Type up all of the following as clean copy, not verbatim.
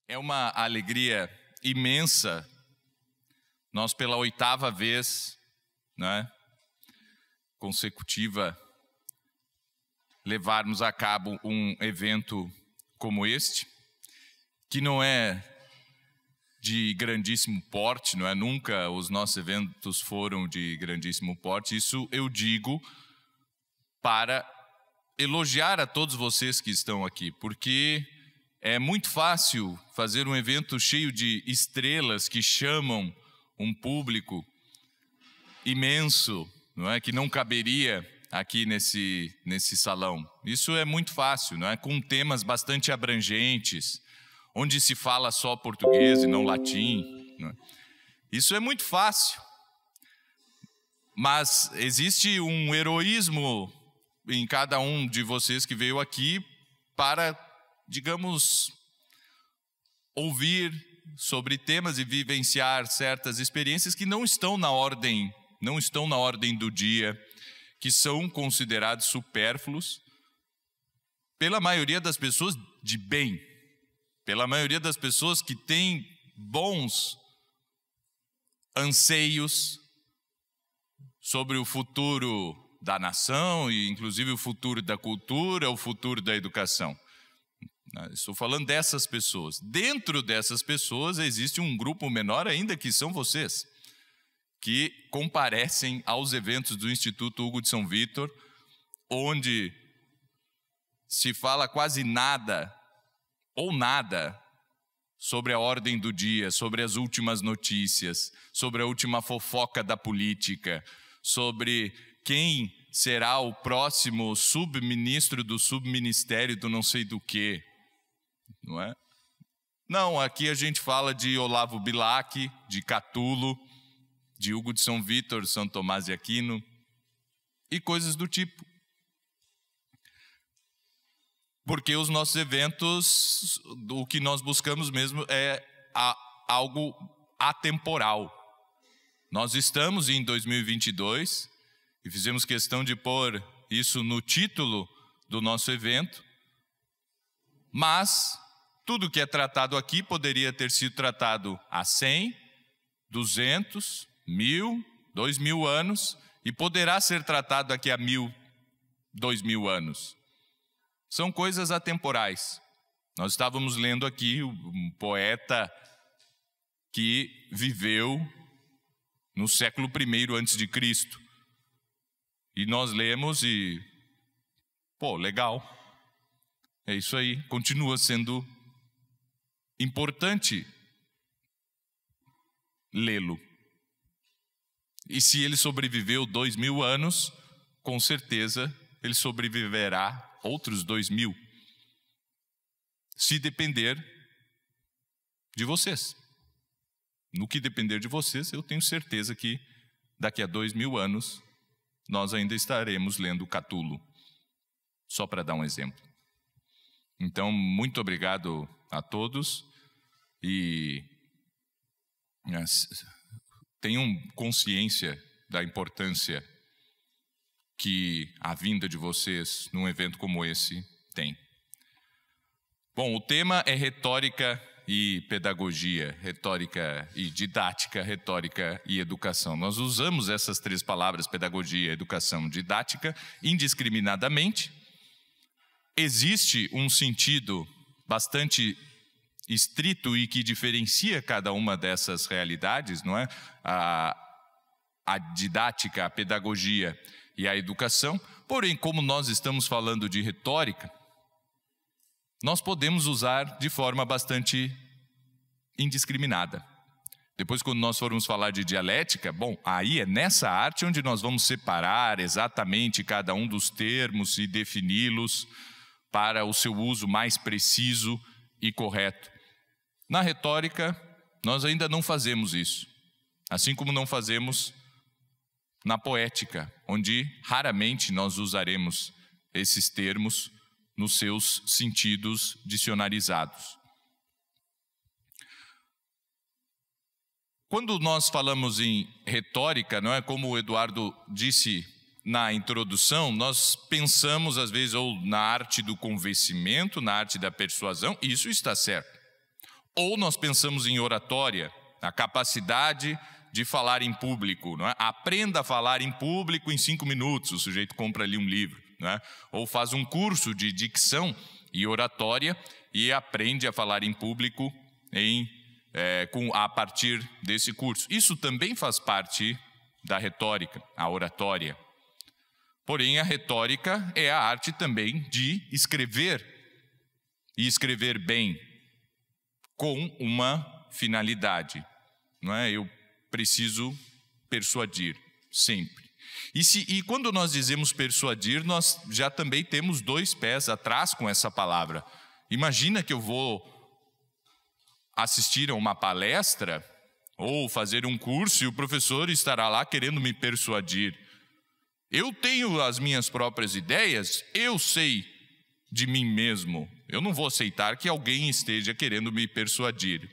É uma alegria imensa nós, pela 8ª vez, consecutiva, levarmos a cabo um evento como este, que não é de grandíssimo porte, não é? Nunca os nossos eventos foram de grandíssimo porte. Isso eu digo para elogiar a todos vocês que estão aqui, porque é muito fácil fazer um evento cheio de estrelas que chamam um público imenso, não é? Que não caberia aqui nesse salão. Isso é muito fácil, não é? Com temas bastante abrangentes, onde se fala só português e não latim, não é? Isso é muito fácil. Mas existe um heroísmo em cada um de vocês que veio aqui para, digamos, ouvir sobre temas e vivenciar certas experiências que não estão na ordem do dia, que são considerados supérfluos pela maioria das pessoas de bem, pela maioria das pessoas que têm bons anseios sobre o futuro da nação e inclusive o futuro da cultura, o futuro da educação. Estou falando dessas pessoas. Dentro dessas pessoas existe um grupo menor ainda, que são vocês, que comparecem aos eventos do Instituto Hugo de São Vítor, onde se fala quase nada ou nada sobre a ordem do dia, sobre as últimas notícias, sobre a última fofoca da política, sobre quem será o próximo subministro do subministério do não sei do quê, não é? Não, aqui a gente fala de Olavo Bilac, de Catulo, de Hugo de São Vítor, São Tomás de Aquino e coisas do tipo. Porque os nossos eventos, o que nós buscamos mesmo é algo atemporal. Nós estamos em 2022 e fizemos questão de pôr isso no título do nosso evento, mas tudo que é tratado aqui poderia ter sido tratado há 100, 200, 1000, 2000 anos e poderá ser tratado daqui a 1000, 2000 anos. São coisas atemporais. Nós estávamos lendo aqui um poeta que viveu no século I a.C. E nós lemos e, legal. É isso aí, continua sendo importante lê-lo. E se ele sobreviveu 2000 anos, com certeza ele sobreviverá outros 2000, se depender de vocês. No que depender de vocês, eu tenho certeza que daqui a 2000 anos nós ainda estaremos lendo Catulo, só para dar um exemplo. Então, muito obrigado a todos e tenham consciência da importância que a vinda de vocês num evento como esse tem. Bom, o tema é retórica e pedagogia, retórica e didática, retórica e educação. Nós usamos essas 3 palavras, pedagogia, educação, didática, indiscriminadamente. Existe um sentido bastante estrito e que diferencia cada uma dessas realidades, não é? A didática, a pedagogia e a educação. Porém, como nós estamos falando de retórica, nós podemos usar de forma bastante indiscriminada. Depois, quando nós formos falar de dialética, aí é nessa arte onde nós vamos separar exatamente cada um dos termos e defini-los para o seu uso mais preciso e correto. Na retórica, nós ainda não fazemos isso, assim como não fazemos na poética, onde raramente nós usaremos esses termos nos seus sentidos dicionarizados. Quando nós falamos em retórica, não é, como o Eduardo disse na introdução, nós pensamos às vezes ou na arte do convencimento, na arte da persuasão, e isso está certo. Ou nós pensamos em oratória, a capacidade de falar em público, não é? Aprenda a falar em público em 5 minutos, o sujeito compra ali um livro, não é? Ou faz um curso de dicção e oratória e aprende a falar em público a partir desse curso. Isso também faz parte da retórica, a oratória. Porém, a retórica é a arte também de escrever, e escrever bem, com uma finalidade, não é? Eu preciso persuadir, sempre. E quando nós dizemos persuadir, nós já também temos 2 pés atrás com essa palavra. Imagina que eu vou assistir a uma palestra ou fazer um curso e o professor estará lá querendo me persuadir. Eu tenho as minhas próprias ideias, eu sei de mim mesmo. Eu não vou aceitar que alguém esteja querendo me persuadir.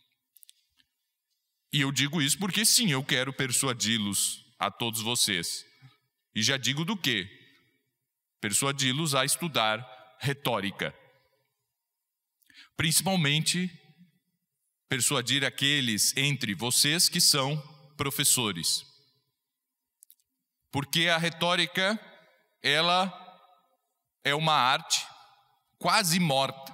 E eu digo isso porque sim, eu quero persuadi-los a todos vocês. E já digo do quê? Persuadi-los a estudar retórica. Principalmente, persuadir aqueles entre vocês que são professores. Porque a retórica, ela é uma arte quase morta.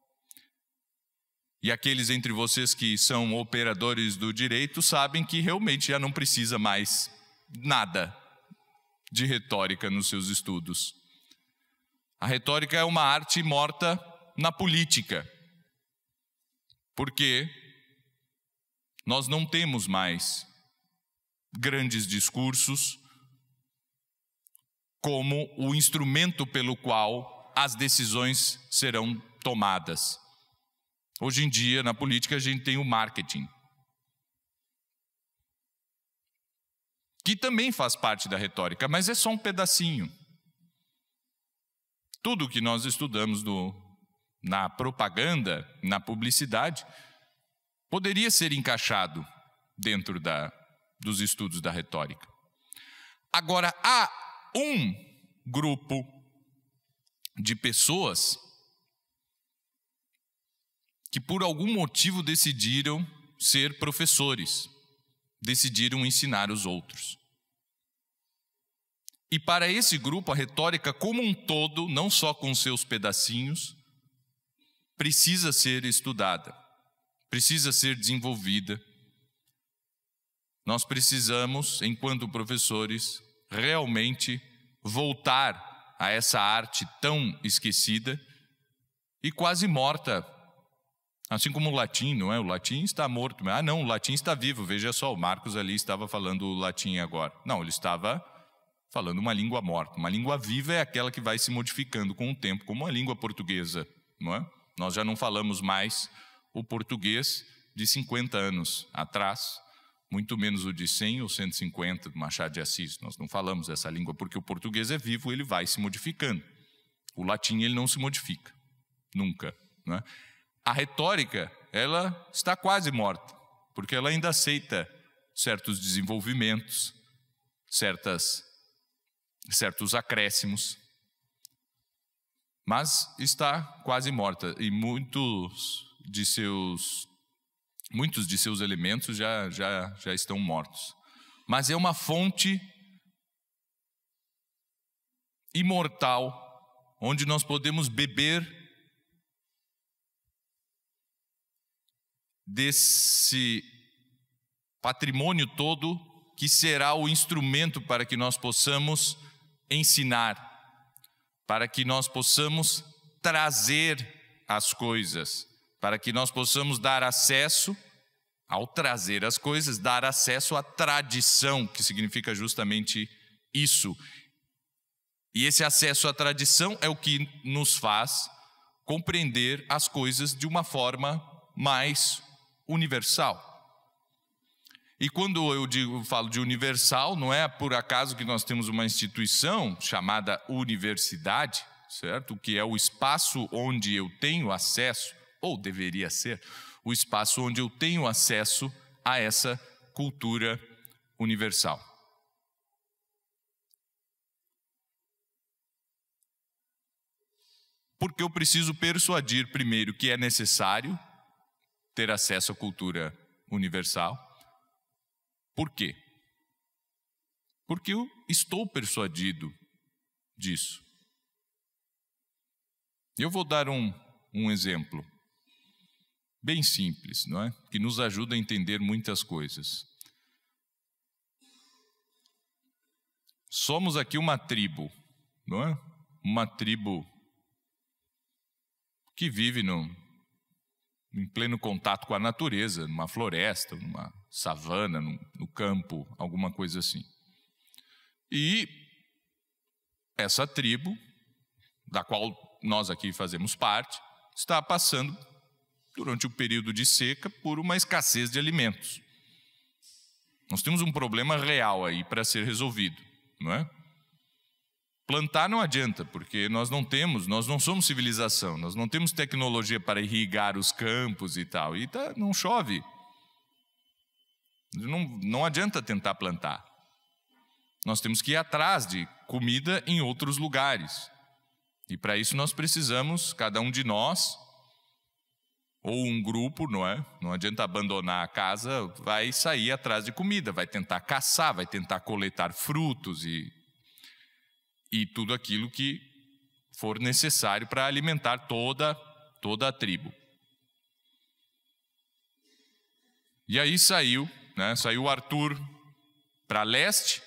E aqueles entre vocês que são operadores do direito sabem que realmente já não precisa mais nada de retórica nos seus estudos. A retórica é uma arte morta na política, porque nós não temos mais grandes discursos como o instrumento pelo qual as decisões serão tomadas. Hoje em dia, na política, a gente tem o marketing, que também faz parte da retórica, mas é só um pedacinho. Tudo que nós estudamos na propaganda, na publicidade, poderia ser encaixado dentro dos estudos da retórica. Agora, há um grupo de pessoas que por algum motivo decidiram ser professores, decidiram ensinar os outros. E para esse grupo, a retórica como um todo, não só com seus pedacinhos, precisa ser estudada, precisa ser desenvolvida. Nós precisamos, enquanto professores, realmente voltar a essa arte tão esquecida e quase morta. Assim como o latim, não é? O latim está morto. Ah, não, o latim está vivo. Veja só, o Marcos ali estava falando o latim agora. Não, ele estava falando uma língua morta. Uma língua viva é aquela que vai se modificando com o tempo, como a língua portuguesa, não é? Nós já não falamos mais o português de 50 anos atrás, muito menos o de 100 ou 150 do Machado de Assis. Nós não falamos essa língua porque o português é vivo, ele vai se modificando. O latim, ele não se modifica, nunca, não é? A retórica, ela está quase morta, porque ela ainda aceita certos desenvolvimentos, certos acréscimos, mas está quase morta e muitos de seus elementos já estão mortos. Mas é uma fonte imortal, onde nós podemos beber desse patrimônio todo, que será o instrumento para que nós possamos ensinar, para que nós possamos trazer as coisas, para que nós possamos dar acesso, ao trazer as coisas, dar acesso à tradição, que significa justamente isso. E esse acesso à tradição é o que nos faz compreender as coisas de uma forma mais universal. E quando eu falo de universal, não é por acaso que nós temos uma instituição chamada universidade, certo? Que é o espaço onde eu tenho acesso, ou deveria ser, o espaço onde eu tenho acesso a essa cultura universal. Porque eu preciso persuadir primeiro que é necessário ter acesso à cultura universal. Por quê? Porque eu estou persuadido disso. Eu vou dar um exemplo bem simples, não é? Que nos ajuda a entender muitas coisas. Somos aqui uma tribo, não é? Uma tribo que vive em pleno contato com a natureza, numa floresta, numa savana, no campo, alguma coisa assim. E essa tribo, da qual nós aqui fazemos parte, está passando, durante o período de seca, por uma escassez de alimentos. Nós temos um problema real aí para ser resolvido, não é? Plantar não adianta, porque nós não somos civilização, nós não temos tecnologia para irrigar os campos e tal, e não chove. Não adianta tentar plantar. Nós temos que ir atrás de comida em outros lugares. E para isso nós precisamos, cada um de nós, ou um grupo, não é? Não adianta abandonar a casa, vai sair atrás de comida, vai tentar caçar, vai tentar coletar frutos e tudo aquilo que for necessário para alimentar toda a tribo. E aí saiu o Arthur para leste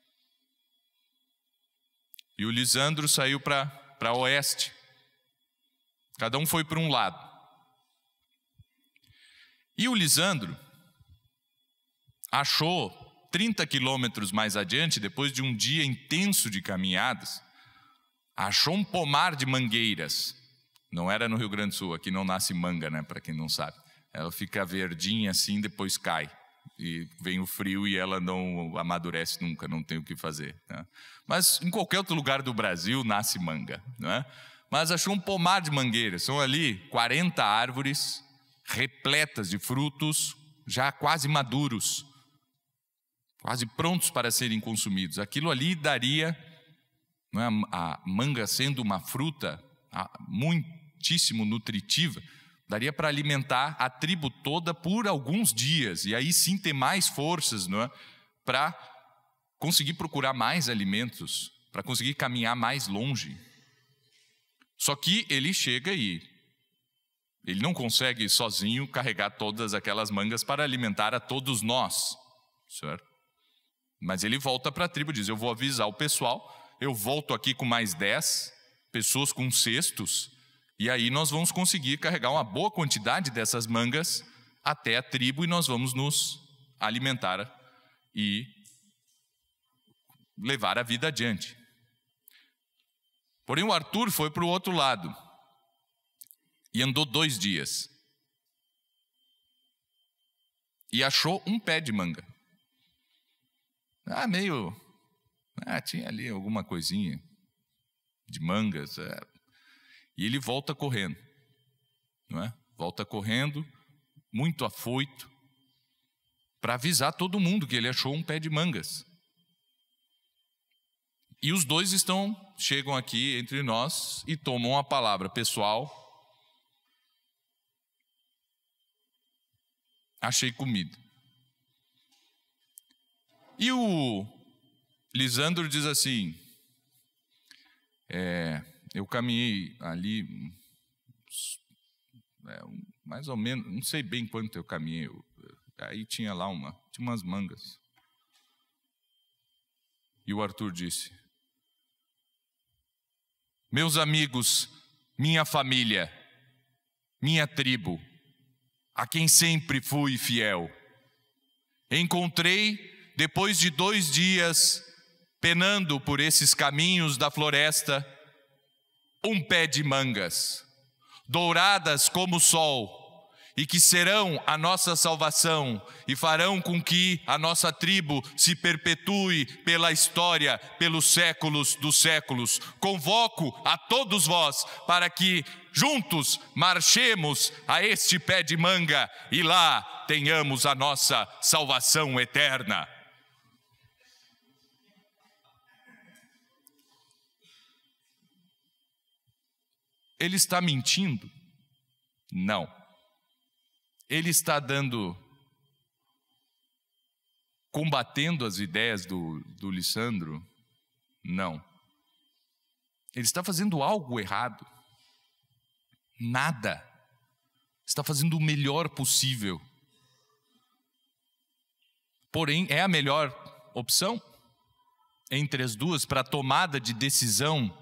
e o Lisandro saiu para oeste. Cada um foi para um lado. E o Lisandro achou 30 quilômetros mais adiante, depois de um dia intenso de caminhadas, achou um pomar de mangueiras. Não era no Rio Grande do Sul, aqui não nasce manga, né, para quem não sabe. Ela fica verdinha assim, depois cai. E vem o frio e ela não amadurece nunca, não tem o que fazer, né? Mas em qualquer outro lugar do Brasil nasce manga, né? Mas achou um pomar de mangueiras. São ali 40 árvores repletas de frutos já quase maduros, quase prontos para serem consumidos. Aquilo ali daria, não é, a manga sendo uma fruta muitíssimo nutritiva, daria para alimentar a tribo toda por alguns dias, e aí sim ter mais forças, não é, para conseguir procurar mais alimentos, para conseguir caminhar mais longe. Só que ele chega e ele não consegue sozinho carregar todas aquelas mangas para alimentar a todos nós, certo? Mas ele volta para a tribo e diz: eu vou avisar o pessoal, eu volto aqui com mais 10 pessoas com cestos, e aí nós vamos conseguir carregar uma boa quantidade dessas mangas até a tribo e nós vamos nos alimentar e levar a vida adiante. Porém o Arthur foi para o outro lado e andou 2 dias e achou um pé de manga. Tinha ali alguma coisinha de mangas. E ele volta correndo, não é? Volta correndo, muito afoito, para avisar todo mundo que ele achou um pé de mangas. E os dois chegam aqui entre nós e tomam a palavra. Pessoal, achei comida. E o Lisandro diz assim: eu caminhei ali, mais ou menos, não sei bem quanto eu caminhei, aí tinha lá tinha umas mangas. E o Arthur disse: meus amigos, minha família, minha tribo, a quem sempre fui fiel, encontrei, depois de 2 dias, penando por esses caminhos da floresta, um pé de mangas, douradas como o sol, e que serão a nossa salvação e farão com que a nossa tribo se perpetue pela história, pelos séculos dos séculos. Convoco a todos vós para que juntos marchemos a este pé de manga e lá tenhamos a nossa salvação eterna. Ele está mentindo? Não. ele está combatendo as ideias do Lissandro? Não. Ele está fazendo algo errado. Nada. Está fazendo o melhor possível. Porém, é a melhor opção entre as duas para a tomada de decisão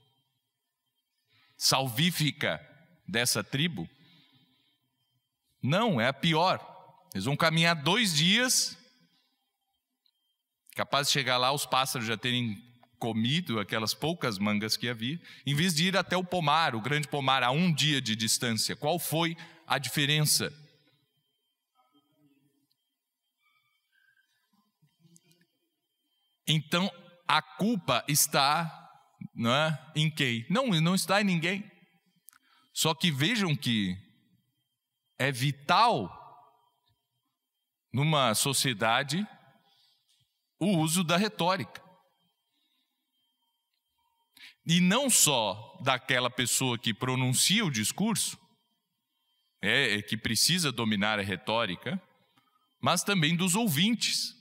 salvífica dessa tribo? Não, é a pior. Eles vão caminhar 2 dias, capaz de chegar lá, os pássaros já terem comido aquelas poucas mangas que havia, em vez de ir até o pomar, o grande pomar, a 1 dia de distância. Qual foi a diferença? Então, a culpa está, não é, em quem? Não está em ninguém. Só que vejam que é vital numa sociedade o uso da retórica. E não só daquela pessoa que pronuncia o discurso, que precisa dominar a retórica, mas também dos ouvintes.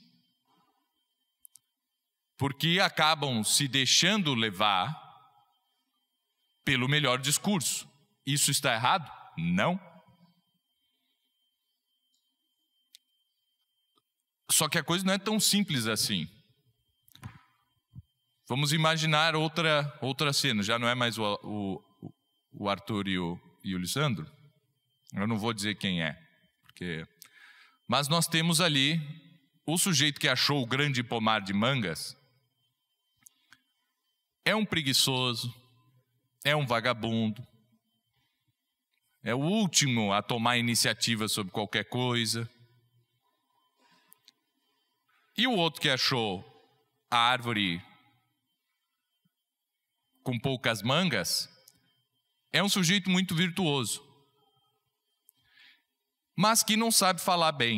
Porque acabam se deixando levar pelo melhor discurso. Isso está errado? Não. Só que a coisa não é tão simples assim. Vamos imaginar outra cena. Já não é mais o Arthur e o Lissandro. Eu não vou dizer quem é. Mas nós temos ali o sujeito que achou o grande pomar de mangas. É um preguiçoso, é um vagabundo, é o último a tomar iniciativa sobre qualquer coisa. E o outro que achou a árvore com poucas mangas é um sujeito muito virtuoso, mas que não sabe falar bem.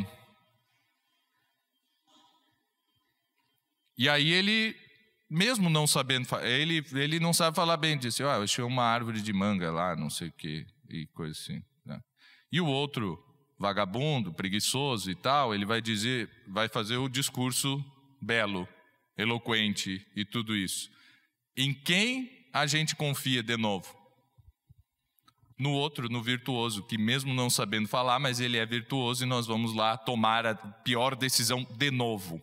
E aí ele, mesmo não sabendo, ele não sabe falar bem, disse, eu achei uma árvore de manga lá, não sei o que, e coisa assim, né? E o outro, vagabundo, preguiçoso e tal, ele vai fazer o discurso belo, eloquente e tudo isso. Em quem a gente confia de novo? No outro, no virtuoso, que mesmo não sabendo falar, mas ele é virtuoso e nós vamos lá tomar a pior decisão de novo.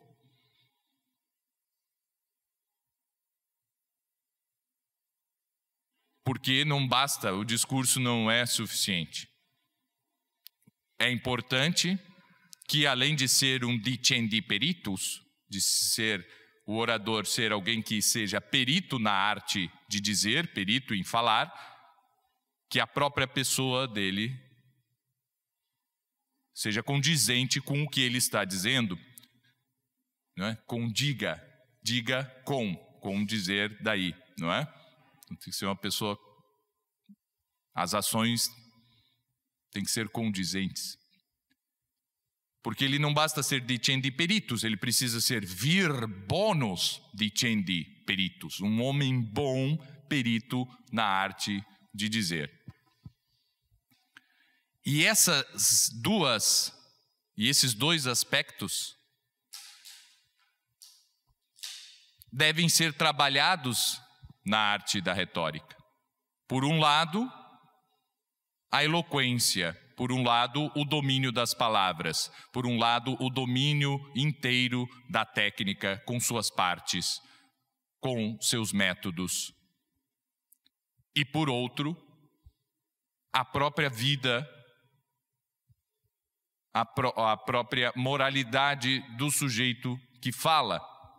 Porque não basta, o discurso não é suficiente. É importante que, além de ser um dicendi peritus, de ser o orador, ser alguém que seja perito na arte de dizer, perito em falar, que a própria pessoa dele seja condizente com o que ele está dizendo, não é? Diga com dizer daí, não é? Tem que ser uma pessoa, as ações têm que ser condizentes. Porque ele não basta ser dicendi peritus, ele precisa ser vir bonus dicendi peritus, um homem bom perito na arte de dizer. E esses dois aspectos devem ser trabalhados na arte da retórica. Por um lado, a eloquência. Por um lado, o domínio das palavras. Por um lado, o domínio inteiro da técnica, com suas partes, com seus métodos. E por outro, a própria vida, a própria moralidade do sujeito que fala.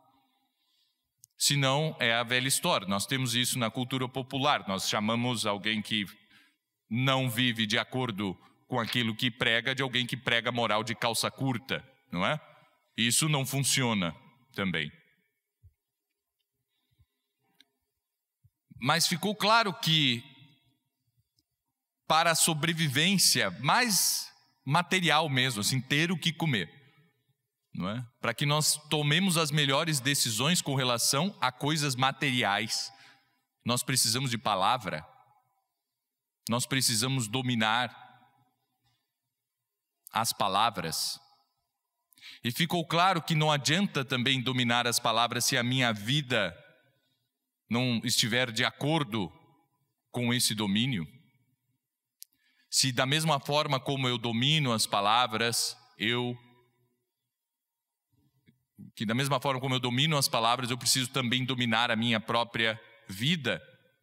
Senão é a velha história. Nós temos isso na cultura popular. Nós chamamos alguém que não vive de acordo com aquilo que prega de alguém que prega moral de calça curta, não é? Isso não funciona também. Mas ficou claro que para a sobrevivência mais material mesmo, assim, ter o que comer, não é? Para que nós tomemos as melhores decisões com relação a coisas materiais, nós precisamos de palavra, nós precisamos dominar as palavras. E ficou claro que não adianta também dominar as palavras se a minha vida não estiver de acordo com esse domínio. Se da mesma forma como eu domino as palavras, eu preciso também dominar a minha própria vida.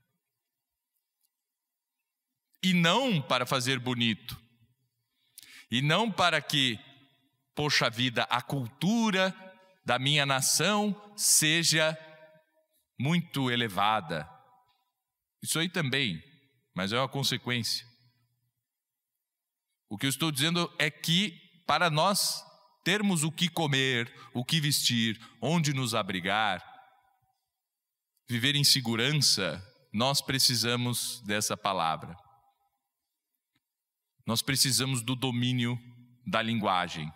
E não para fazer bonito. E não para que, poxa vida, a cultura da minha nação seja muito elevada. Isso aí também, mas é uma consequência. O que eu estou dizendo é que para nós termos o que comer, o que vestir, onde nos abrigar, viver em segurança, nós precisamos dessa palavra. Nós precisamos do domínio da linguagem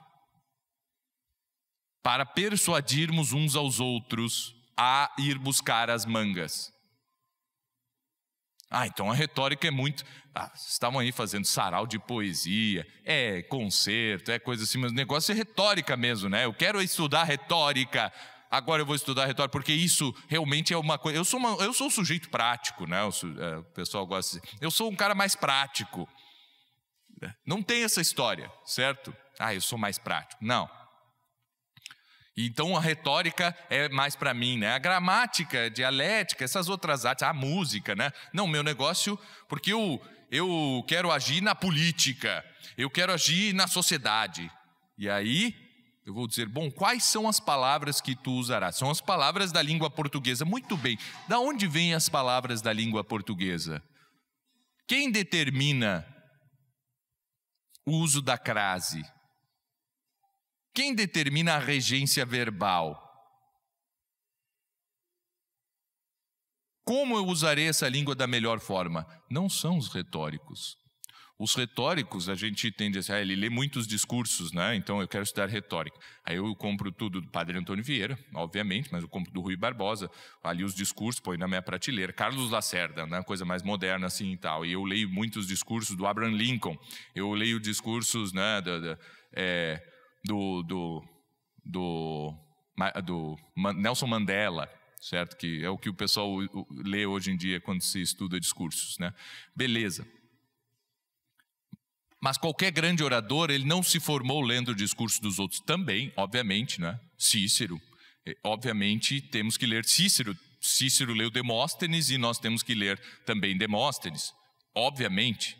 para persuadirmos uns aos outros a ir buscar as mangas. Então a retórica é muito... vocês estavam aí fazendo sarau de poesia, concerto, coisa assim, mas o negócio é retórica mesmo, né? Eu quero estudar retórica, agora eu vou estudar retórica, porque isso realmente é uma coisa... Eu sou um sujeito prático, né? O pessoal gosta de dizer, eu sou um cara mais prático. Não tem essa história, certo? Eu sou mais prático. Não. Então a retórica é mais para mim, né? A gramática, a dialética, essas outras artes, a música, né? Não, meu negócio, porque eu quero agir na política, eu quero agir na sociedade. E aí eu vou dizer, bom, quais são as palavras que tu usarás? São as palavras da língua portuguesa. Muito bem. Da onde vêm as palavras da língua portuguesa? Quem determina o uso da crase? Quem determina a regência verbal? Como eu usarei essa língua da melhor forma? Não são os retóricos. Os retóricos, a gente tende a dizer, ele lê muitos discursos, né? Então eu quero estudar retórica. Aí eu compro tudo do Padre Antônio Vieira, obviamente, mas eu compro do Rui Barbosa, ali os discursos, põe na minha prateleira. Carlos Lacerda, né? Coisa mais moderna assim e tal. E eu leio muitos discursos do Abraham Lincoln, eu leio discursos, né, do Nelson Mandela, certo? Que é o que o pessoal lê hoje em dia quando se estuda discursos, né? Beleza. Mas qualquer grande orador, ele não se formou lendo o discurso dos outros também, obviamente, né? Cícero, obviamente temos que ler Cícero. Cícero leu Demóstenes e nós temos que ler também Demóstenes, obviamente.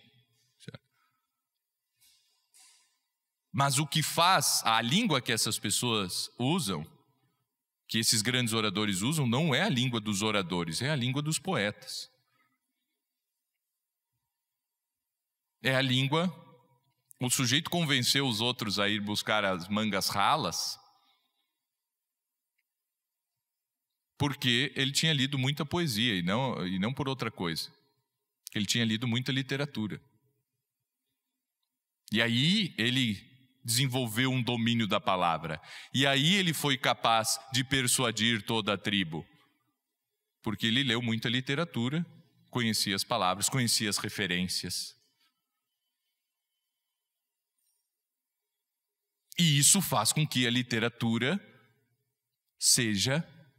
Mas o que faz, a língua que essas pessoas usam, que esses grandes oradores usam, não é a língua dos oradores, é a língua dos poetas. É a língua... O sujeito convenceu os outros a ir buscar as mangas ralas porque ele tinha lido muita poesia e não por outra coisa. Ele tinha lido muita literatura. E aí ele desenvolveu um domínio da palavra. E aí ele foi capaz de persuadir toda a tribo. Porque ele leu muita literatura, conhecia as palavras, conhecia as referências. E isso faz com que a literatura seja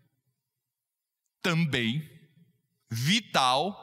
também vital.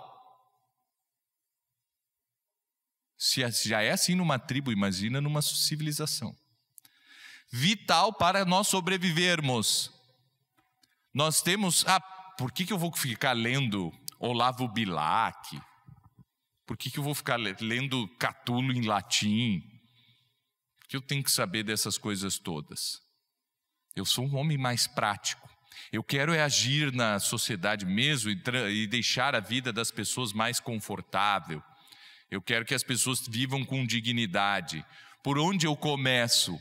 Se já é assim numa tribo, imagina numa civilização. Vital para nós sobrevivermos. Nós temos... por que eu vou ficar lendo Olavo Bilac? Por que eu vou ficar lendo Catulo em latim? Que eu tenho que saber dessas coisas todas. Eu sou um homem mais prático. Eu quero agir na sociedade mesmo e deixar a vida das pessoas mais confortável. Eu quero que as pessoas vivam com dignidade. Por onde eu começo?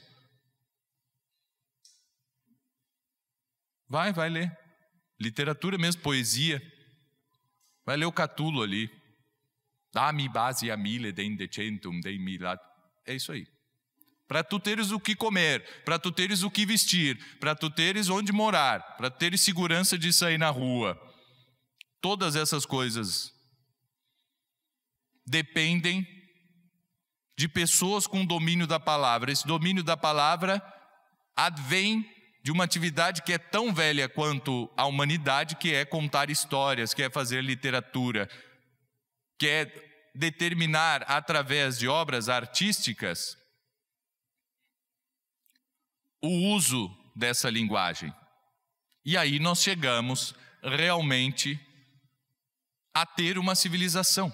Vai ler. Literatura mesmo, poesia. Vai ler o Catulo ali. Dá-me base a mille dendecentum dei milat. É isso aí. Para tu teres o que comer, para tu teres o que vestir, para tu teres onde morar, para teres segurança de sair na rua. Todas essas coisas dependem de pessoas com domínio da palavra. Esse domínio da palavra advém de uma atividade que é tão velha quanto a humanidade, que é contar histórias, que é fazer literatura, que é determinar através de obras artísticas o uso dessa linguagem. E aí nós chegamos realmente a ter uma civilização.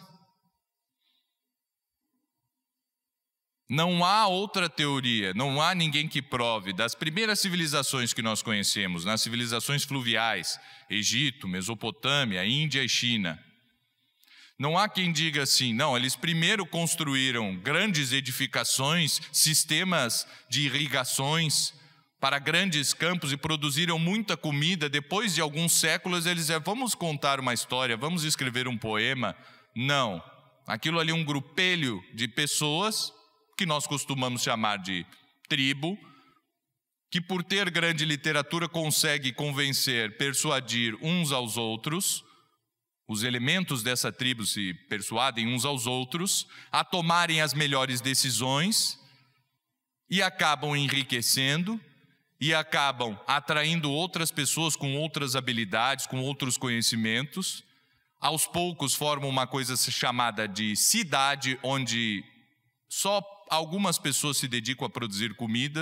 Não há outra teoria, não há ninguém que prove das primeiras civilizações que nós conhecemos, nas civilizações fluviais, Egito, Mesopotâmia, Índia e China. Não há quem diga assim, não, eles primeiro construíram grandes edificações, sistemas de irrigações para grandes campos e produziram muita comida. Depois de alguns séculos eles disseram, vamos contar uma história, vamos escrever um poema. Não, aquilo ali é um grupelho de pessoas que nós costumamos chamar de tribo, que por ter grande literatura consegue convencer, persuadir uns aos outros. Os elementos dessa tribo se persuadem uns aos outros a tomarem as melhores decisões e acabam enriquecendo e acabam atraindo outras pessoas com outras habilidades, com outros conhecimentos. Aos poucos formam uma coisa chamada de cidade, onde só algumas pessoas se dedicam a produzir comida,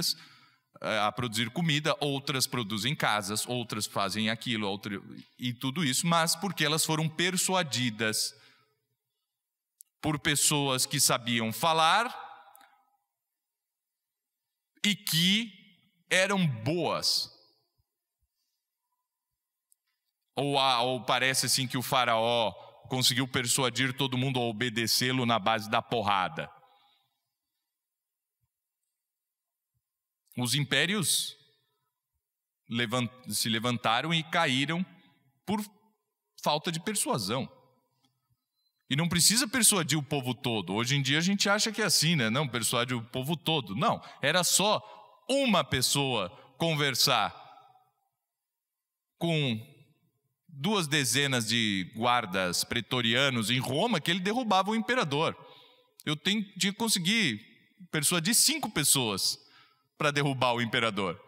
outras produzem casas, outras fazem aquilo, e tudo isso, mas porque elas foram persuadidas por pessoas que sabiam falar e que eram boas. Ou parece assim que o faraó conseguiu persuadir todo mundo a obedecê-lo na base da porrada. Os impérios se levantaram e caíram por falta de persuasão. E não precisa persuadir o povo todo. Hoje em dia a gente acha que é assim, né? Não, persuade o povo todo. Não, era só uma pessoa conversar com 2 dezenas de guardas pretorianos em Roma que ele derrubava o imperador. Eu tinha que conseguir persuadir 5 pessoas para derrubar o imperador.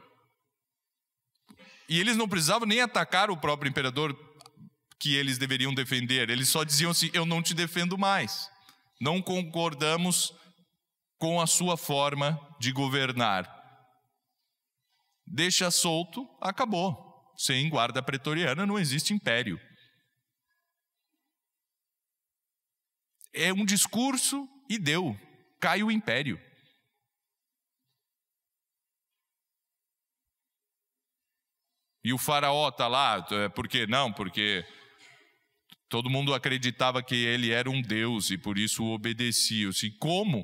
E eles não precisavam nem atacar o próprio imperador que eles deveriam defender. Eles só diziam assim, eu não te defendo mais. Não concordamos com a sua forma de governar. Deixa solto, acabou. Sem guarda pretoriana não existe império. É um discurso e deu. Cai o império. E o faraó está lá, por quê? Não, porque todo mundo acreditava que ele era um deus e por isso o obedecia. E como?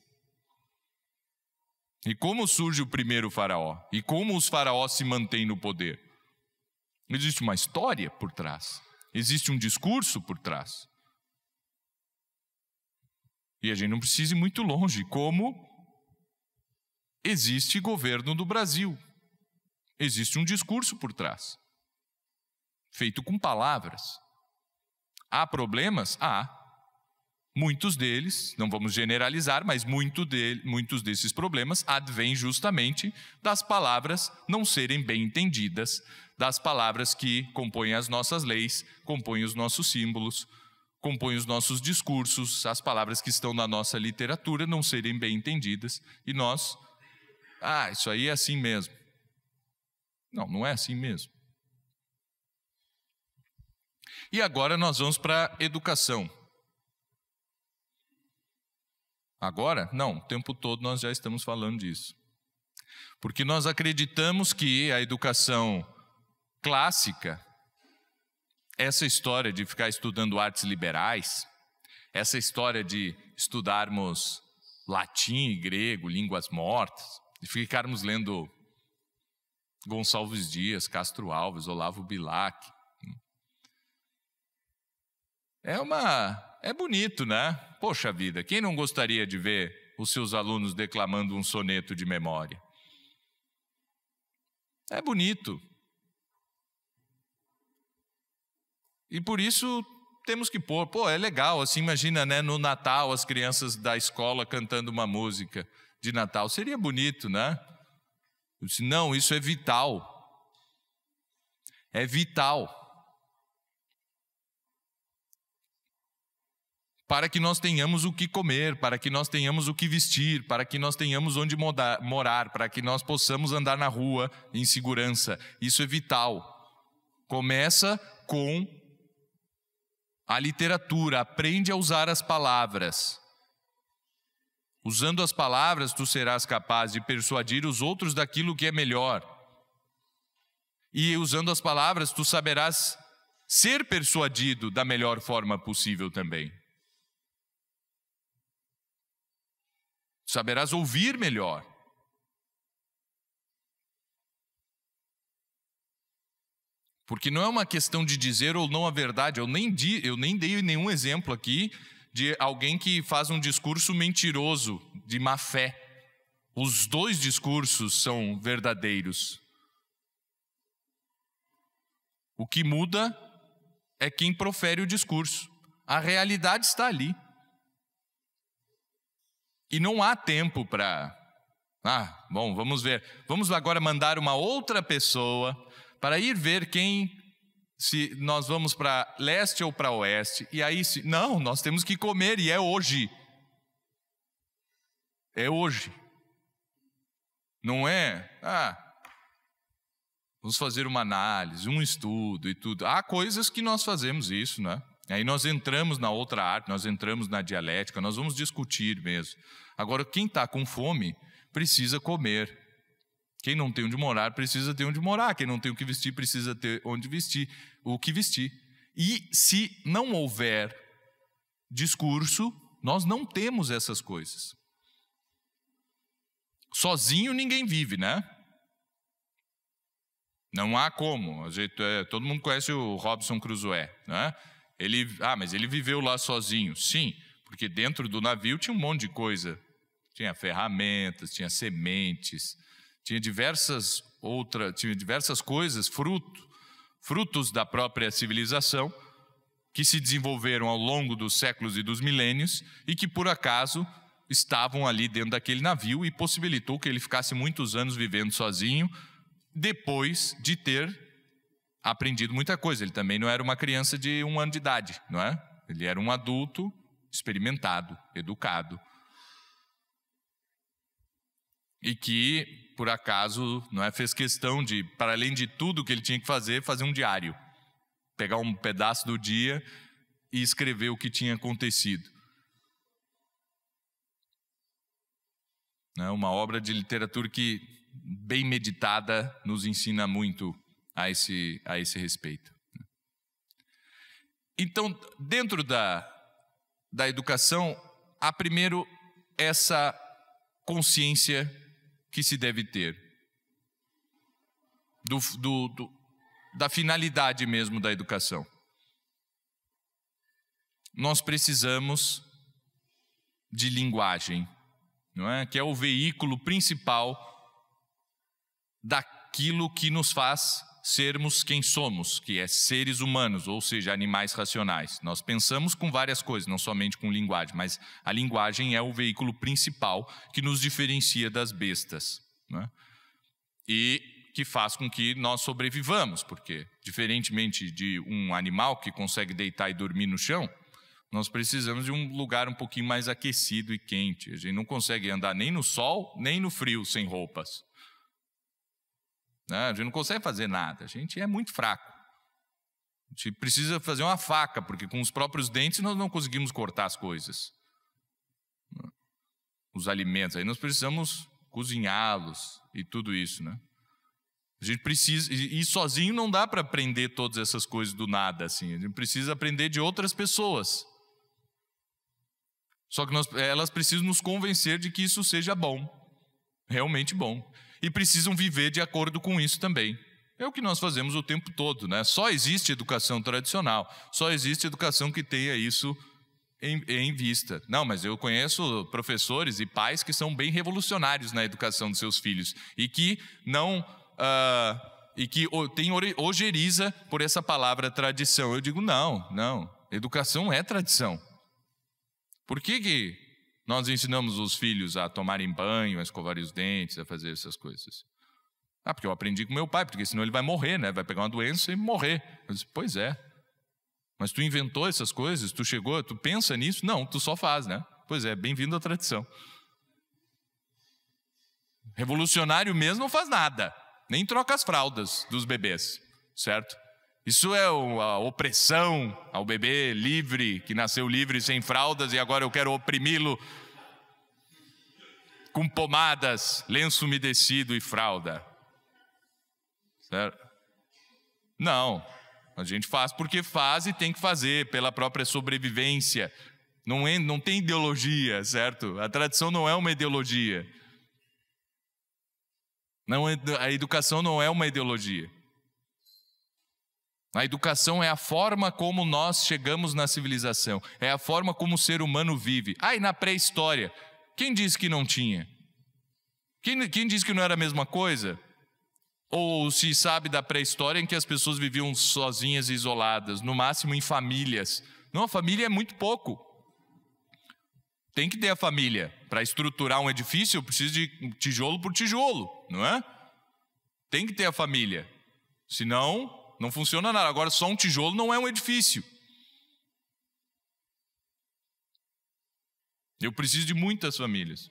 E como surge o primeiro faraó? E como os faraós se mantêm no poder? Existe uma história por trás. Existe um discurso por trás. E a gente não precisa ir muito longe. Como existe governo do Brasil? Existe um discurso por trás, feito com palavras. Há problemas? Há. Muitos deles, não vamos generalizar, mas muitos desses problemas advêm justamente das palavras não serem bem entendidas, das palavras que compõem as nossas leis, compõem os nossos símbolos, compõem os nossos discursos, as palavras que estão na nossa literatura não serem bem entendidas, e nós, isso aí é assim mesmo. Não, não é assim mesmo. E agora nós vamos para a educação. Agora? Não, o tempo todo nós já estamos falando disso. Porque nós acreditamos que a educação clássica, essa história de ficar estudando artes liberais, essa história de estudarmos latim e grego, línguas mortas, de ficarmos lendo Gonçalves Dias, Castro Alves, Olavo Bilac. É bonito, né? Poxa vida, quem não gostaria de ver os seus alunos declamando um soneto de memória? É bonito. E por isso temos que pôr. Pô, é legal, assim, imagina, né, no Natal, as crianças da escola cantando uma música de Natal. Seria bonito, né? Eu disse, não, isso é vital. É vital. Para que nós tenhamos o que comer, para que nós tenhamos o que vestir, para que nós tenhamos onde morar, para que nós possamos andar na rua em segurança. Isso é vital. Começa com a literatura, aprende a usar as palavras. Usando as palavras, tu serás capaz de persuadir os outros daquilo que é melhor. E usando as palavras, tu saberás ser persuadido da melhor forma possível também. Saberás ouvir melhor. Porque não é uma questão de dizer ou não a verdade. Eu nem dei nenhum exemplo aqui de alguém que faz um discurso mentiroso, de má fé. Os dois discursos são verdadeiros. O que muda é quem profere o discurso. A realidade está ali. E não há tempo para... bom, vamos ver. Vamos agora mandar uma outra pessoa para ir ver se nós vamos para leste ou para oeste. E aí, não, nós temos que comer e é hoje. É hoje. Não é, vamos fazer uma análise, um estudo e tudo. Há coisas que nós fazemos isso, né? Aí nós entramos na outra arte, nós entramos na dialética, nós vamos discutir mesmo. Agora, quem está com fome precisa comer. Quem não tem onde morar precisa ter onde morar. Quem não tem o que vestir precisa ter onde vestir, o que vestir. E se não houver discurso, nós não temos essas coisas. Sozinho ninguém vive, né? Não há como. Todo mundo conhece o Robinson Crusoe, né? Mas ele viveu lá sozinho. Sim, porque dentro do navio tinha um monte de coisa. Tinha ferramentas, tinha sementes, tinha diversas coisas, frutos da própria civilização, que se desenvolveram ao longo dos séculos e dos milênios e que, por acaso, estavam ali dentro daquele navio e possibilitou que ele ficasse muitos anos vivendo sozinho, depois de ter aprendido muita coisa. Ele também não era uma criança de 1 ano de idade, não é? Ele era um adulto experimentado, educado. E que, por acaso, não é, fez questão de, para além de tudo que ele tinha que fazer um diário. Pegar um pedaço do dia e escrever o que tinha acontecido. Uma obra de literatura que, bem meditada, nos ensina muito a esse respeito. Então, dentro da educação, há primeiro essa consciência que se deve ter da finalidade mesmo da educação. Nós precisamos de linguagem, não é? Que é o veículo principal daquilo que nos faz sermos quem somos, que é seres humanos, ou seja, animais racionais. Nós pensamos com várias coisas, não somente com linguagem, mas a linguagem é o veículo principal que nos diferencia das bestas, né? E que faz com que nós sobrevivamos, porque, diferentemente de um animal que consegue deitar e dormir no chão, nós precisamos de um lugar um pouquinho mais aquecido e quente. A gente não consegue andar nem no sol, nem no frio sem roupas. A gente não consegue fazer nada, a gente é muito fraco. A gente precisa fazer uma faca, porque com os próprios dentes nós não conseguimos cortar as coisas. Os alimentos, aí nós precisamos cozinhá-los e tudo isso, né? A gente precisa, e sozinho não dá para aprender todas essas coisas do nada, assim. A gente precisa aprender de outras pessoas. Só que elas precisam nos convencer de que isso seja bom, realmente bom. E precisam viver de acordo com isso também. É o que nós fazemos o tempo todo, né? Só existe educação tradicional, só existe educação que tenha isso em vista. Não, mas eu conheço professores e pais que são bem revolucionários na educação dos seus filhos e que têm ojeriza por essa palavra tradição. Eu digo, não. Educação é tradição. Por que nós ensinamos os filhos a tomarem banho, a escovarem os dentes, a fazer essas coisas? Porque eu aprendi com meu pai, porque senão ele vai morrer, né? Vai pegar uma doença e morrer. Eu disse, pois é. Mas tu inventou essas coisas? Tu chegou, tu pensa nisso? Não, tu só faz, né? Pois é, bem-vindo à tradição. Revolucionário mesmo não faz nada. Nem troca as fraldas dos bebês, certo? Isso é a opressão ao bebê livre, que nasceu livre sem fraldas e agora eu quero oprimi-lo com pomadas, lenço umedecido e fralda. Certo? Não, a gente faz porque faz e tem que fazer pela própria sobrevivência. Não tem ideologia, certo? A tradição não é uma ideologia. Não, a educação não é uma ideologia. A educação é a forma como nós chegamos na civilização. É a forma como o ser humano vive. E na pré-história, quem disse que não tinha? Quem disse que não era a mesma coisa? Ou se sabe da pré-história em que as pessoas viviam sozinhas e isoladas, no máximo em famílias. Não, a família é muito pouco. Tem que ter a família. Para estruturar um edifício, eu preciso de tijolo por tijolo, não é? Tem que ter a família. Senão, não funciona nada. Agora, só um tijolo não é um edifício. Eu preciso de muitas famílias.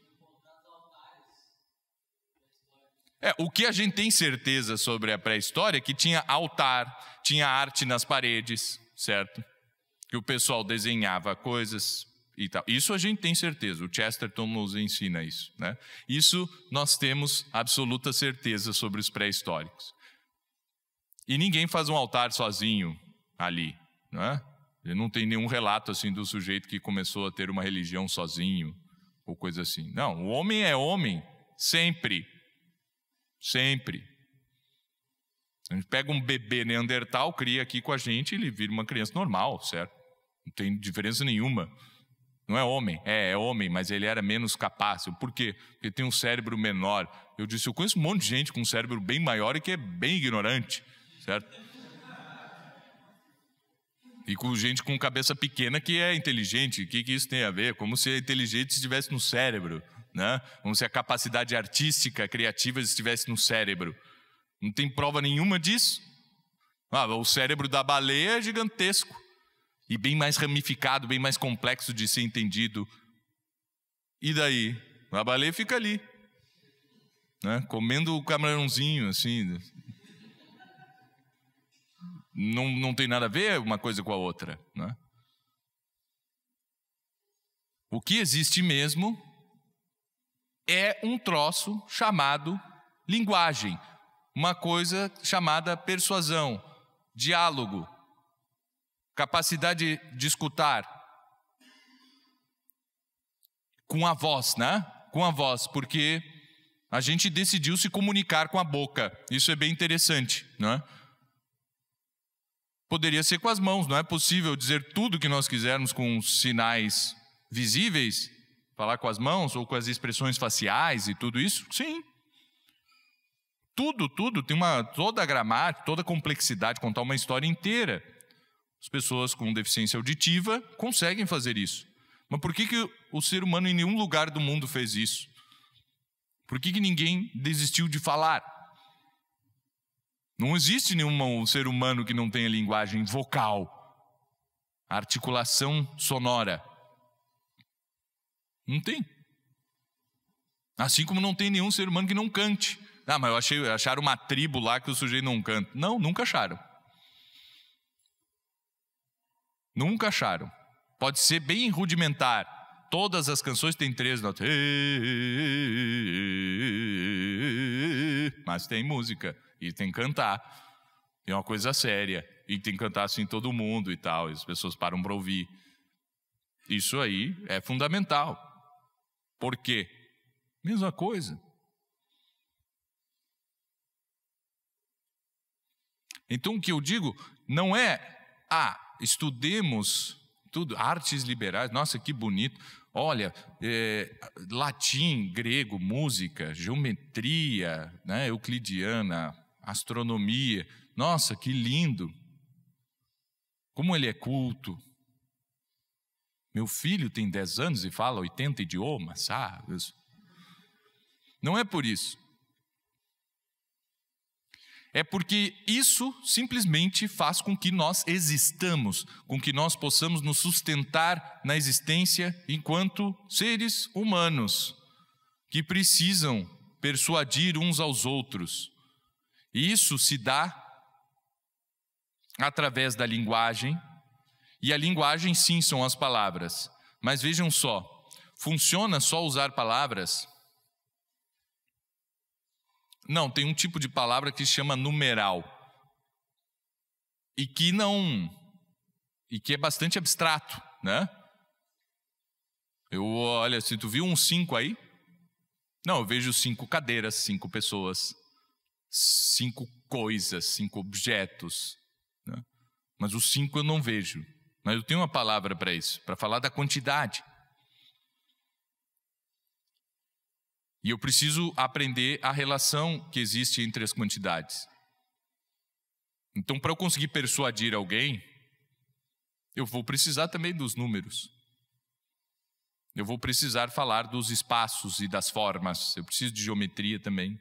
O que a gente tem certeza sobre a pré-história é que tinha altar, tinha arte nas paredes, certo? Que o pessoal desenhava coisas e tal. Isso a gente tem certeza, o Chesterton nos ensina isso, né? Isso nós temos absoluta certeza sobre os pré-históricos. E ninguém faz um altar sozinho ali, não é? Não tem nenhum relato assim do sujeito que começou a ter uma religião sozinho, ou coisa assim. Não, o homem é homem, sempre. Sempre. A gente pega um bebê neandertal, cria aqui com a gente, ele vira uma criança normal, certo? Não tem diferença nenhuma. Não é homem, é homem, mas ele era menos capaz. Por quê? Porque tem um cérebro menor. Eu disse, eu conheço um monte de gente com um cérebro bem maior e que é bem ignorante, certo? E com gente com cabeça pequena que é inteligente. O que isso tem a ver? Como se a inteligência estivesse no cérebro, né? Como se a capacidade artística, criativa estivesse no cérebro. Não tem prova nenhuma disso. O cérebro da baleia é gigantesco e bem mais ramificado, bem mais complexo de ser entendido. E daí? A baleia fica ali, né? Comendo o camarãozinho, assim. Não tem nada a ver uma coisa com a outra, né? O que existe mesmo é um troço chamado linguagem, uma coisa chamada persuasão, diálogo, capacidade de escutar com a voz, né? Com a voz, porque a gente decidiu se comunicar com a boca. Isso é bem interessante, né? Poderia ser com as mãos, não é possível dizer tudo que nós quisermos com sinais visíveis, falar com as mãos ou com as expressões faciais e tudo isso? Sim. Tudo tem toda a gramática, toda a complexidade, contar uma história inteira. As pessoas com deficiência auditiva conseguem fazer isso. Mas por que o ser humano em nenhum lugar do mundo fez isso? Por que ninguém desistiu de falar? Não existe nenhum ser humano que não tenha linguagem vocal, articulação sonora. Não tem. Assim como não tem nenhum ser humano que não cante. Mas acharam uma tribo lá que o sujeito não canta. Não, nunca acharam. Nunca acharam. Pode ser bem rudimentar. Todas as canções têm 3 notas. Mas tem música. E tem que cantar. É uma coisa séria. E tem que cantar assim todo mundo e tal. E as pessoas param para ouvir. Isso aí é fundamental. Por quê? Mesma coisa. Então o que eu digo não é, estudemos tudo, artes liberais, nossa, que bonito. Olha, latim, grego, música, geometria, né, euclidiana, astronomia. Nossa, que lindo. Como ele é culto. Meu filho tem 10 anos e fala 80 idiomas, sabe? Não é por isso. É porque isso simplesmente faz com que nós existamos, com que nós possamos nos sustentar na existência enquanto seres humanos, que precisam persuadir uns aos outros. E isso se dá através da linguagem, e a linguagem sim são as palavras. Mas vejam só, funciona só usar palavras? Não, tem um tipo de palavra que se chama numeral. E que é bastante abstrato, né? Olha, se tu viu um 5 aí, não, eu vejo 5 cadeiras, 5 pessoas, 5 coisas, 5 objetos, né? Mas o 5 eu não vejo. Mas eu tenho uma palavra para isso, para falar da quantidade. E eu preciso aprender a relação que existe entre as quantidades. Então, para eu conseguir persuadir alguém, eu vou precisar também dos números. Eu vou precisar falar dos espaços e das formas. Eu preciso de geometria também.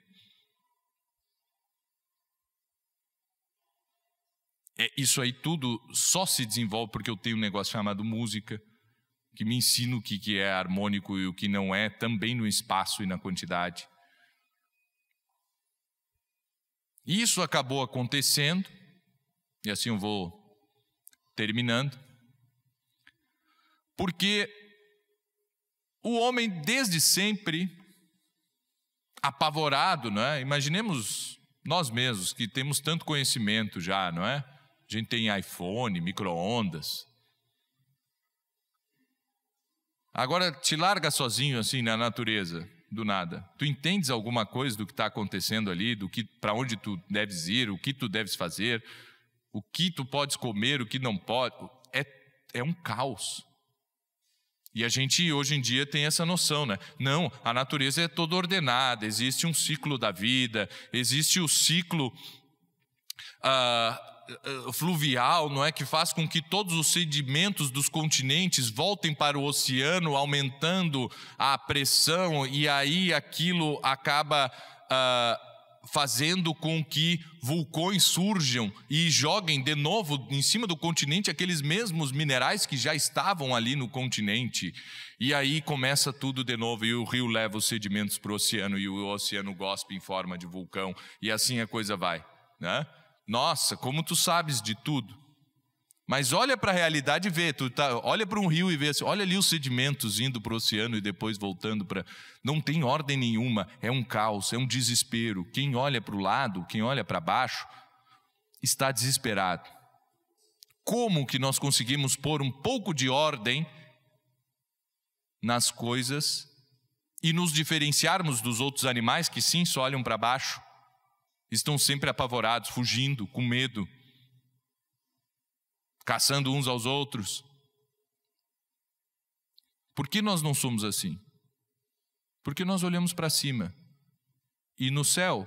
Isso aí tudo só se desenvolve porque eu tenho um negócio chamado música, que me ensina o que é harmônico e o que não é, também no espaço e na quantidade. E isso acabou acontecendo, e assim eu vou terminando, porque o homem desde sempre, apavorado, não é? Imaginemos nós mesmos que temos tanto conhecimento já, não é? A gente tem iPhone, micro-ondas. Agora te larga sozinho assim na natureza, do nada. Tu entendes alguma coisa do que está acontecendo ali, para onde tu deves ir, o que tu deves fazer, o que tu podes comer, o que não pode. É um caos. E a gente hoje em dia tem essa noção, né? Não, a natureza é toda ordenada, existe um ciclo da vida, existe o ciclo fluvial, não é, que faz com que todos os sedimentos dos continentes voltem para o oceano, aumentando a pressão, e aí aquilo acaba fazendo com que vulcões surjam e joguem de novo em cima do continente aqueles mesmos minerais que já estavam ali no continente. E aí começa tudo de novo, e o rio leva os sedimentos para o oceano, e o oceano gospe em forma de vulcão, e assim a coisa vai, né? Nossa, como tu sabes de tudo. Mas olha para a realidade e vê, olha para um rio e vê assim, olha ali os sedimentos indo para o oceano e depois voltando para... Não tem ordem nenhuma, é um caos, é um desespero. Quem olha para o lado, quem olha para baixo, está desesperado. Como que nós conseguimos pôr um pouco de ordem nas coisas e nos diferenciarmos dos outros animais que sim, só olham para baixo? Estão sempre apavorados, fugindo, com medo, caçando uns aos outros. Por que nós não somos assim? Porque nós olhamos para cima. E no céu,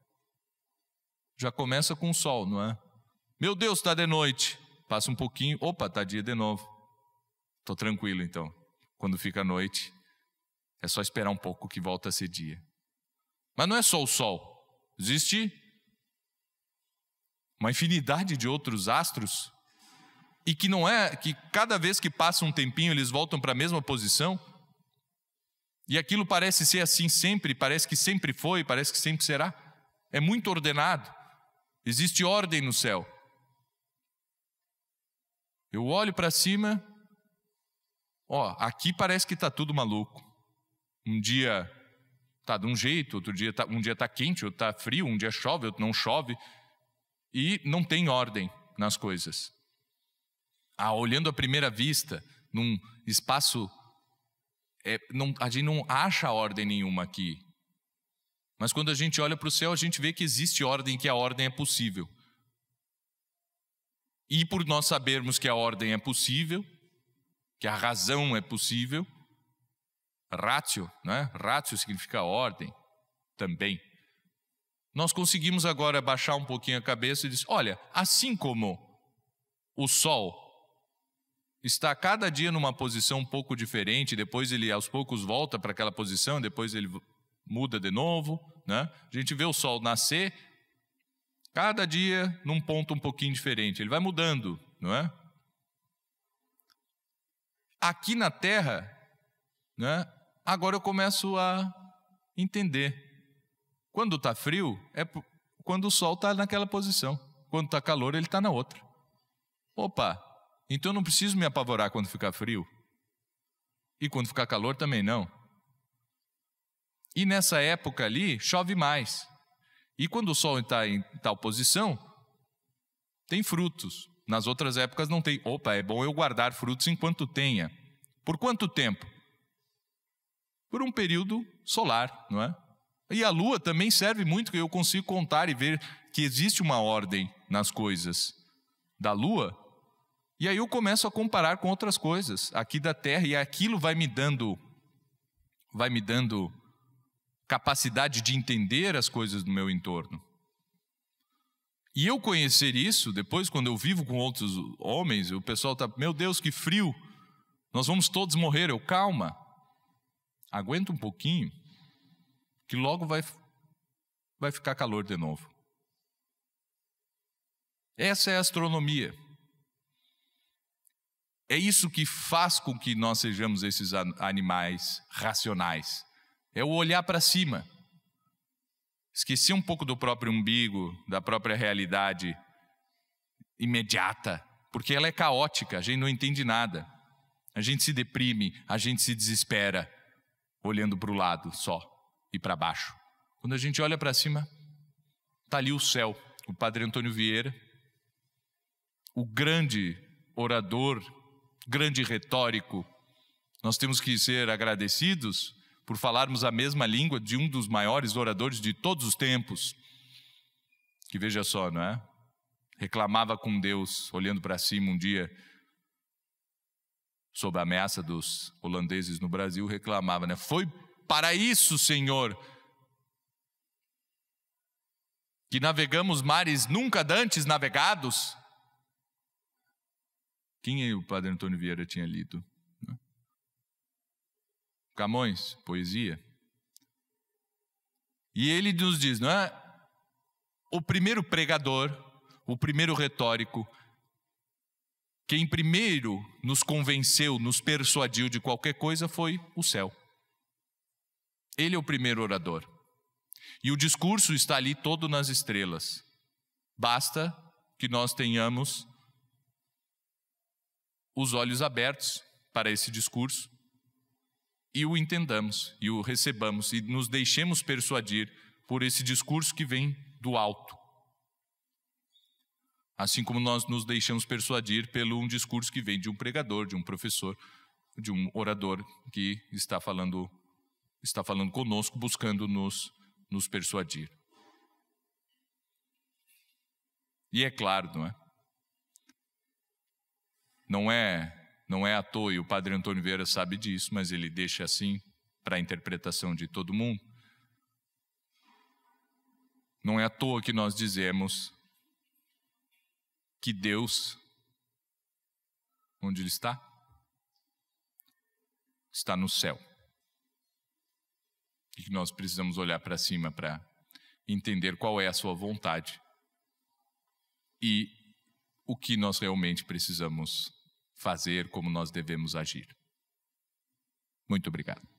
já começa com o sol, não é? Meu Deus, está de noite. Passa um pouquinho, opa, está dia de novo. Estou tranquilo então. Quando fica noite, é só esperar um pouco que volta a ser dia. Mas não é só o sol. Existe uma infinidade de outros astros, e que não é que cada vez que passa um tempinho eles voltam para a mesma posição, e aquilo parece ser assim sempre, parece que sempre foi, parece que sempre será. É muito ordenado, existe ordem no céu. Eu olho para cima, aqui parece que está tudo maluco. Um dia está de um jeito, um dia está quente, outro está frio, um dia chove, outro não chove, e não tem ordem nas coisas. Olhando à primeira vista, num espaço, a gente não acha ordem nenhuma aqui. Mas quando a gente olha para o céu, a gente vê que existe ordem, que a ordem é possível. E por nós sabermos que a ordem é possível, que a razão é possível, ratio, né? Ratio significa ordem também. Nós conseguimos agora baixar um pouquinho a cabeça e dizer, olha, assim como o sol está cada dia numa posição um pouco diferente, depois ele aos poucos volta para aquela posição, depois ele muda de novo, né? A gente vê o Sol nascer, cada dia num ponto um pouquinho diferente, ele vai mudando, não é? Aqui na Terra, né, agora eu começo a entender. Quando está frio, é quando o Sol está naquela posição. Quando está calor, ele está na outra. Opa, então eu não preciso me apavorar quando ficar frio. E quando ficar calor também não. E nessa época ali, chove mais. E quando o Sol está em tal posição, tem frutos. Nas outras épocas não tem. Opa, é bom eu guardar frutos enquanto tenha. Por quanto tempo? Por um período solar, não é? E a Lua também serve muito, que eu consigo contar e ver que existe uma ordem nas coisas da Lua. E aí eu começo a comparar com outras coisas aqui da Terra, e aquilo vai me dando capacidade de entender as coisas do meu entorno. E eu conhecer isso, depois quando eu vivo com outros homens, o pessoal está, meu Deus, que frio, nós vamos todos morrer. Eu, calma, aguenta um pouquinho, que logo vai ficar calor de novo. Essa é a astronomia. É isso que faz com que nós sejamos esses animais racionais. É o olhar para cima. Esquecer um pouco do próprio umbigo, da própria realidade imediata, porque ela é caótica, a gente não entende nada. A gente se deprime, a gente se desespera, olhando para o lado só e para baixo. Quando a gente olha para cima, está ali o céu. O Padre Antônio Vieira, o grande orador, grande retórico. Nós temos que ser agradecidos por falarmos a mesma língua de um dos maiores oradores de todos os tempos, que veja só, não é? Reclamava com Deus, olhando para cima um dia, sob a ameaça dos holandeses no Brasil, reclamava, né? Foi para isso, Senhor, que navegamos mares nunca dantes navegados. Quem o Padre Antônio Vieira tinha lido? Camões, poesia. E ele nos diz, não é? O primeiro pregador, o primeiro retórico, quem primeiro nos convenceu, nos persuadiu de qualquer coisa foi o céu. Ele é o primeiro orador. E o discurso está ali todo nas estrelas. Basta que nós tenhamos os olhos abertos para esse discurso e o entendamos, e o recebamos, e nos deixemos persuadir por esse discurso que vem do alto. Assim como nós nos deixamos persuadir pelo um discurso que vem de um pregador, de um professor, de um orador que está falando conosco, buscando nos persuadir. E é claro, não é? Não é à toa, e o Padre Antônio Vieira sabe disso, mas ele deixa assim para a interpretação de todo mundo. Não é à toa que nós dizemos que Deus, onde Ele está? Está no céu. E que nós precisamos olhar para cima para entender qual é a sua vontade e o que nós realmente precisamos fazer, como nós devemos agir. Muito obrigado.